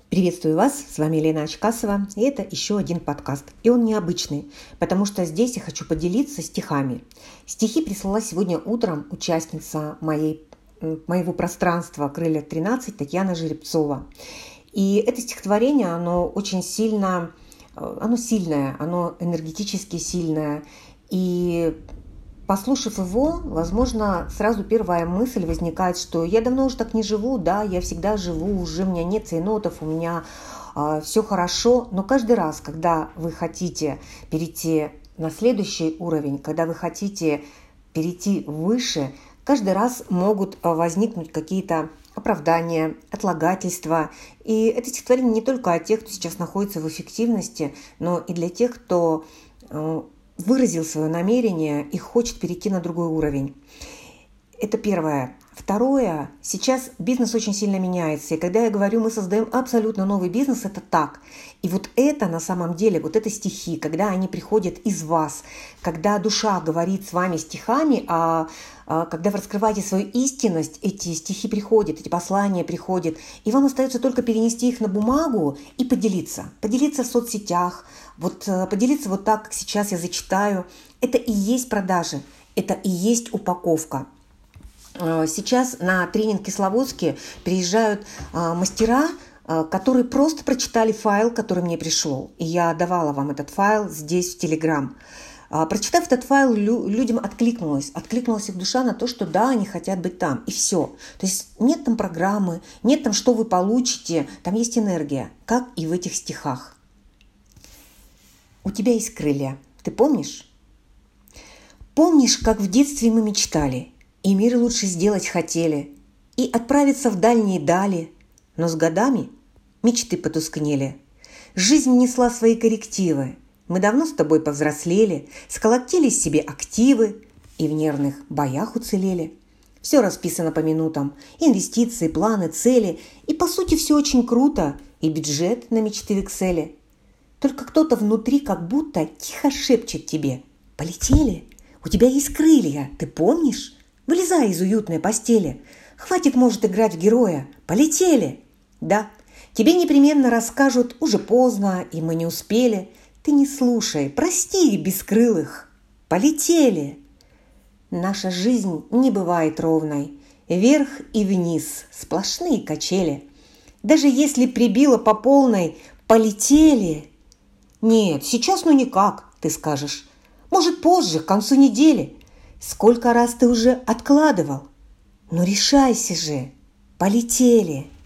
Приветствую вас, с вами Лена Очкасова, и это еще один подкаст. И он необычный, потому что здесь я хочу поделиться стихами. Стихи прислала сегодня утром участница моего пространства «Крылья 13» Татьяна Жеребцова. И это стихотворение, оно очень сильное, оно энергетически сильное. И послушав его, возможно, сразу первая мысль возникает, что я давно уже так не живу, да, я всегда живу, уже у меня нет цейтнотов, у меня все хорошо. Но каждый раз, когда вы хотите перейти на следующий уровень, когда вы хотите перейти выше, каждый раз могут возникнуть какие-то оправдания, отлагательства. И это стихотворение не только о тех, кто сейчас находится в эффективности, но и для тех, кто выразил свое намерение и хочет перейти на другой уровень. Это первое. Второе. Сейчас бизнес очень сильно меняется. И когда я говорю, мы создаем абсолютно новый бизнес, это так. И вот это на самом деле, вот это стихи, когда они приходят из вас, когда душа говорит с вами стихами, когда вы раскрываете свою истинность, эти стихи приходят, эти послания приходят, и вам остается только перенести их на бумагу и поделиться. Поделиться в соцсетях, поделиться вот так, как сейчас я зачитаю. Это и есть продажи, это и есть упаковка. Сейчас на тренинг в Кисловодске приезжают мастера, которые просто прочитали файл, который мне пришел. И я давала вам этот файл здесь, в Телеграм. Прочитав этот файл, людям откликнулась их душа на то, что да, они хотят быть там, и все. То есть нет там программы, нет там, что вы получите, там есть энергия, как и в этих стихах. У тебя есть крылья, ты помнишь? Помнишь, как в детстве мы мечтали, и мир лучше сделать хотели, и отправиться в дальние дали, но с годами мечты потускнели. Жизнь несла свои коррективы. Мы давно с тобой повзрослели, сколотили себе активы и в нервных боях уцелели. Все расписано по минутам, инвестиции, планы, цели, и по сути все очень круто, и бюджет на мечты в Excel. Только кто-то внутри как будто тихо шепчет тебе: полетели, у тебя есть крылья, ты помнишь? Вылезай из уютной постели, хватит, может, играть в героя, полетели. Да, тебе непременно расскажут: уже поздно, и мы не успели. Ты не слушай, прости бескрылых, полетели. Наша жизнь не бывает ровной, вверх и вниз, сплошные качели. Даже если прибило по полной, полетели. Нет, сейчас ну никак, ты скажешь. Может, позже, к концу недели. Сколько раз ты уже откладывал? Ну решайся же, полетели.